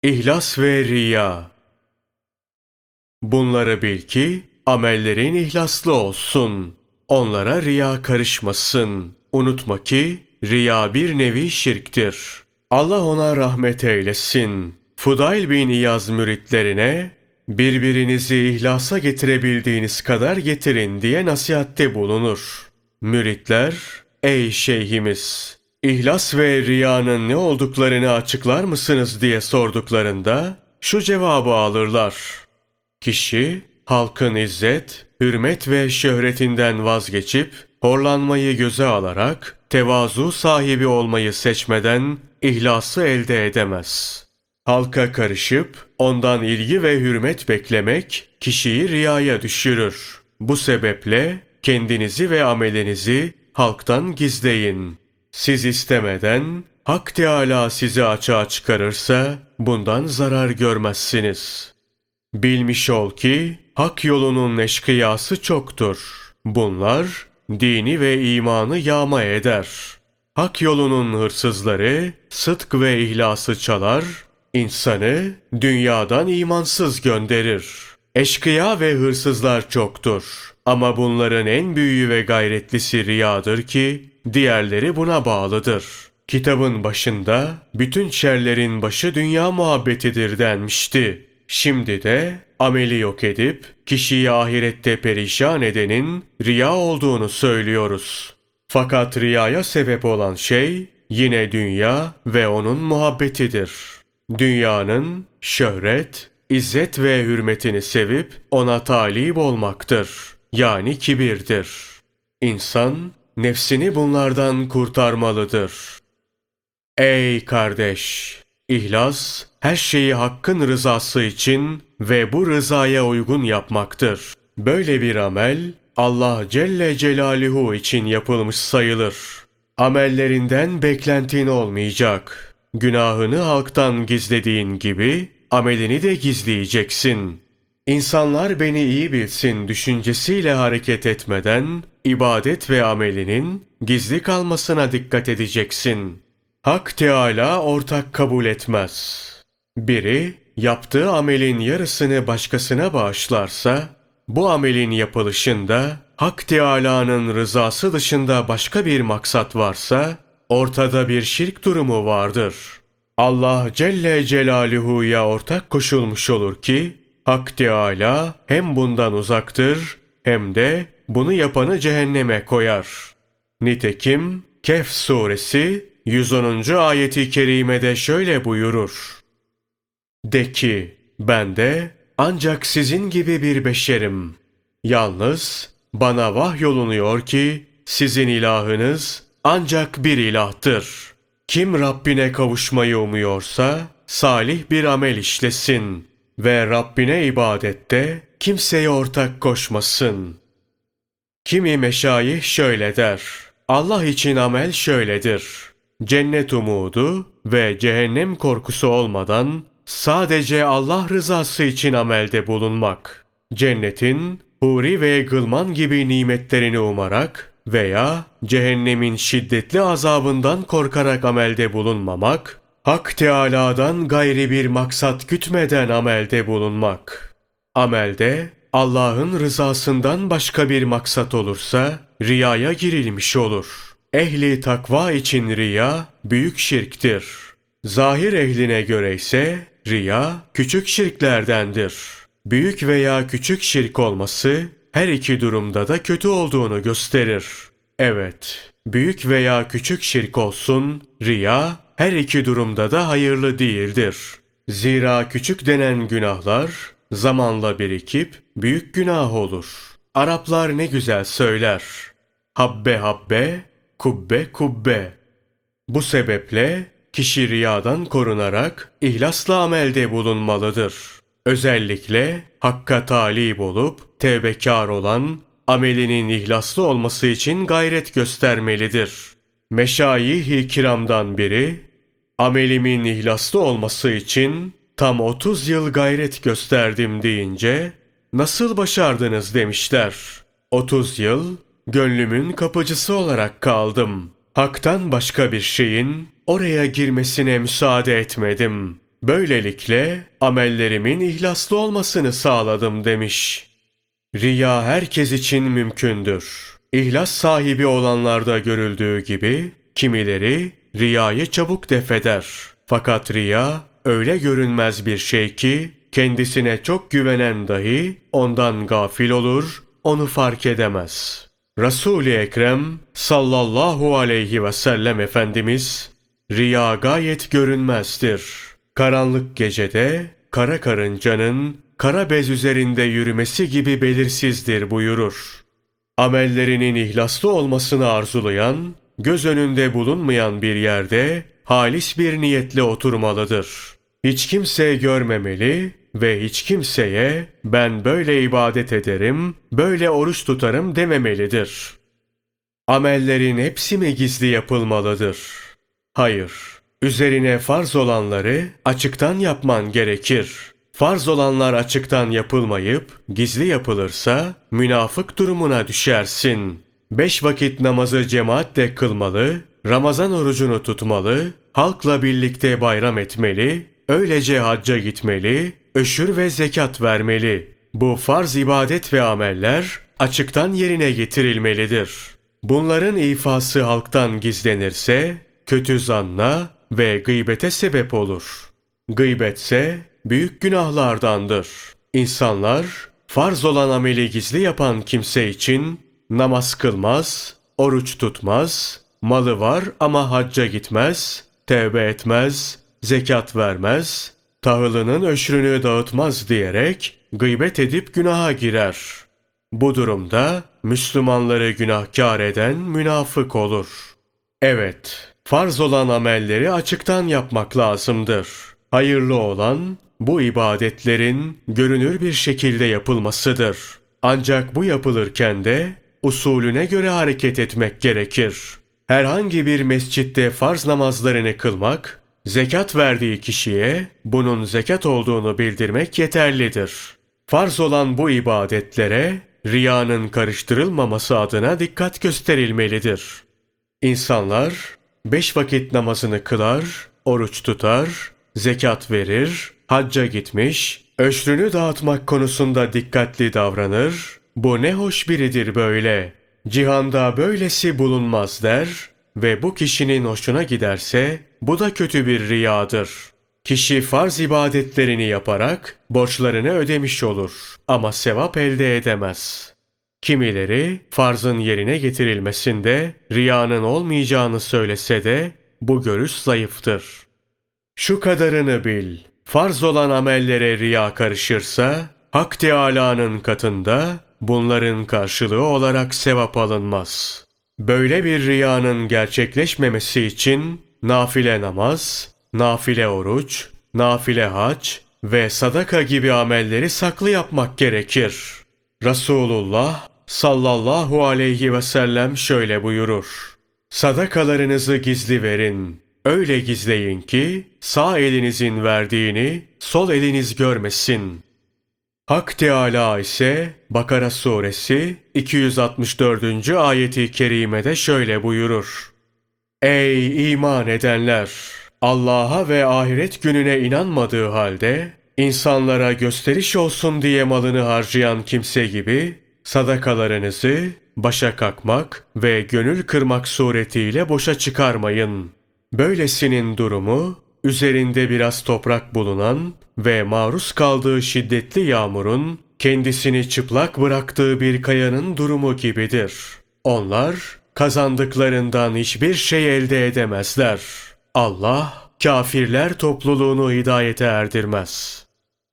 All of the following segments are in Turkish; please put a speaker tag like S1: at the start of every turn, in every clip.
S1: İhlas ve riya. Bunları bil ki amellerin ihlaslı olsun. Onlara riya karışmasın. Unutma ki riya bir nevi şirktir. Allah ona rahmet eylesin. Fudayl bin İyaz müritlerine birbirinizi ihlasa getirebildiğiniz kadar getirin diye nasihatte bulunur. Müritler, ey şeyhimiz, İhlas ve riyanın ne olduklarını açıklar mısınız diye sorduklarında şu cevabı alırlar. Kişi halkın izzet, hürmet ve şöhretinden vazgeçip horlanmayı göze alarak tevazu sahibi olmayı seçmeden ihlası elde edemez. Halka karışıp ondan ilgi ve hürmet beklemek kişiyi riyaya düşürür. Bu sebeple kendinizi ve amelinizi halktan gizleyin. Siz istemeden Hak Teâlâ sizi açığa çıkarırsa bundan zarar görmezsiniz. Bilmiş ol ki hak yolunun eşkıyası çoktur. Bunlar dini ve imanı yağma eder. Hak yolunun hırsızları sıdk ve ihlası çalar, insanı dünyadan imansız gönderir. Eşkıya ve hırsızlar çoktur. Ama bunların en büyüğü ve gayretlisi riyadır ki diğerleri buna bağlıdır. Kitabın başında bütün şerlerin başı dünya muhabbetidir denmişti. Şimdi de ameli yok edip kişiyi ahirette perişan edenin riya olduğunu söylüyoruz. Fakat riyaya sebep olan şey yine dünya ve onun muhabbetidir. Dünyanın şöhret, izzet ve hürmetini sevip ona talip olmaktır. Yani kibirdir. İnsan nefsini bunlardan kurtarmalıdır. Ey kardeş! İhlas, her şeyi Hakk'ın rızası için ve bu rızaya uygun yapmaktır. Böyle bir amel, Allah Celle Celaluhu için yapılmış sayılır. Amellerinden beklentin olmayacak. Günahını halktan gizlediğin gibi, amelini de gizleyeceksin. İnsanlar beni iyi bilsin düşüncesiyle hareket etmeden, ibadet ve amelinin gizli kalmasına dikkat edeceksin. Hak Teâlâ ortak kabul etmez. Biri, yaptığı amelin yarısını başkasına bağışlarsa, bu amelin yapılışında Hak Teâlâ'nın rızası dışında başka bir maksat varsa, ortada bir şirk durumu vardır. Allah Celle Celaluhu'ya ortak koşulmuş olur ki, Hak Teâlâ hem bundan uzaktır, hem de bunu yapanı cehenneme koyar. Nitekim Kehf suresi 110. ayeti kerimede şöyle buyurur. De ki, ben de ancak sizin gibi bir beşerim. Yalnız bana vahyolunuyor ki sizin ilahınız ancak bir ilahtır. Kim Rabbine kavuşmayı umuyorsa salih bir amel işlesin ve Rabbine ibadette kimseye ortak koşmasın. Kimi meşayih şöyle der. Allah için amel şöyledir. Cennet umudu ve cehennem korkusu olmadan sadece Allah rızası için amelde bulunmak. Cennetin huri ve gılman gibi nimetlerini umarak veya cehennemin şiddetli azabından korkarak amelde bulunmamak, Hak Teâlâ'dan gayri bir maksat gütmeden amelde bulunmak. Amelde Allah'ın rızasından başka bir maksat olursa riyaya girilmiş olur. Ehli takva için riya büyük şirktir. Zahir ehline göre ise riya küçük şirklerdendir. Büyük veya küçük şirk olması her iki durumda da kötü olduğunu gösterir. Evet, büyük veya küçük şirk olsun, riya her iki durumda da hayırlı değildir. Zira küçük denen günahlar zamanla birikip büyük günah olur. Araplar ne güzel söyler. Habbe habbe, kubbe kubbe. Bu sebeple kişi riyadan korunarak ihlasla amelde bulunmalıdır. Özellikle Hakk'a talip olup tevbekar olan, amelinin ihlaslı olması için gayret göstermelidir. Meşayih-i kiramdan biri, amelimin ihlaslı olması için tam 30 yıl gayret gösterdim deyince, nasıl başardınız demişler. 30 yıl gönlümün kapıcısı olarak kaldım. Hak'tan başka bir şeyin oraya girmesine müsaade etmedim. Böylelikle amellerimin ihlaslı olmasını sağladım demiş. Riya herkes için mümkündür. İhlas sahibi olanlarda görüldüğü gibi kimileri riyayı çabuk defeder. Fakat riya öyle görünmez bir şey ki kendisine çok güvenen dahi ondan gafil olur, onu fark edemez. Resul-i Ekrem sallallahu aleyhi ve sellem Efendimiz, riya gayet görünmezdir. Karanlık gecede kara karıncanın kara bez üzerinde yürümesi gibi belirsizdir buyurur. Amellerinin ihlaslı olmasını arzulayan, göz önünde bulunmayan bir yerde halis bir niyetle oturmalıdır. Hiç kimse görmemeli ve hiç kimseye ben böyle ibadet ederim, böyle oruç tutarım dememelidir. Amellerin hepsi mi gizli yapılmalıdır? Hayır. Üzerine farz olanları açıktan yapman gerekir. Farz olanlar açıktan yapılmayıp gizli yapılırsa münafık durumuna düşersin. 5 vakit namazı cemaatle kılmalı, Ramazan orucunu tutmalı, halkla birlikte bayram etmeli, öylece hacca gitmeli, öşür ve zekat vermeli. Bu farz ibadet ve ameller açıktan yerine getirilmelidir. Bunların ifası halktan gizlenirse kötü zanna ve gıybete sebep olur. Gıybetse büyük günahlardandır. İnsanlar farz olan ameli gizli yapan kimse için namaz kılmaz, oruç tutmaz, malı var ama hacca gitmez, tevbe etmez, zekat vermez, tahılının öşrünü dağıtmaz diyerek gıybet edip günaha girer. Bu durumda Müslümanları günahkar eden münafık olur. Evet, farz olan amelleri açıktan yapmak lazımdır. Hayırlı olan bu ibadetlerin görünür bir şekilde yapılmasıdır. Ancak bu yapılırken de usulüne göre hareket etmek gerekir. Herhangi bir mescitte farz namazlarını kılmak, zekat verdiği kişiye bunun zekat olduğunu bildirmek yeterlidir. Farz olan bu ibadetlere riyanın karıştırılmaması adına dikkat gösterilmelidir. İnsanlar 5 vakit namazını kılar, oruç tutar, zekat verir, hacca gitmiş, öşrünü dağıtmak konusunda dikkatli davranır. Bu ne hoş biridir böyle. Cihanda böylesi bulunmaz der ve bu kişinin hoşuna giderse bu da kötü bir riyadır. Kişi farz ibadetlerini yaparak borçlarını ödemiş olur ama sevap elde edemez. Kimileri farzın yerine getirilmesinde riyanın olmayacağını söylese de bu görüş zayıftır. Şu kadarını bil, farz olan amellere riya karışırsa, Hak Teâlâ'nın katında bunların karşılığı olarak sevap alınmaz. Böyle bir riyanın gerçekleşmemesi için nafile namaz, nafile oruç, nafile hac ve sadaka gibi amelleri saklı yapmak gerekir. Resulullah sallallahu aleyhi ve sellem şöyle buyurur: sadakalarınızı gizli verin. Öyle gizleyin ki sağ elinizin verdiğini sol eliniz görmesin. Hak Teâlâ ise Bakara suresi 264. ayeti kerimede şöyle buyurur: ey iman edenler! Allah'a ve ahiret gününe inanmadığı halde insanlara gösteriş olsun diye malını harcayan kimse gibi sadakalarınızı başa kakmak ve gönül kırmak suretiyle boşa çıkarmayın. Böylesinin durumu, üzerinde biraz toprak bulunan ve maruz kaldığı şiddetli yağmurun kendisini çıplak bıraktığı bir kayanın durumu gibidir. Onlar kazandıklarından hiçbir şey elde edemezler. Allah kafirler topluluğunu hidayete erdirmez.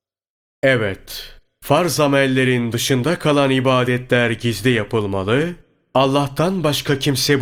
S1: Evet, farz amellerin dışında kalan ibadetler gizli yapılmalı, Allah'tan başka kimse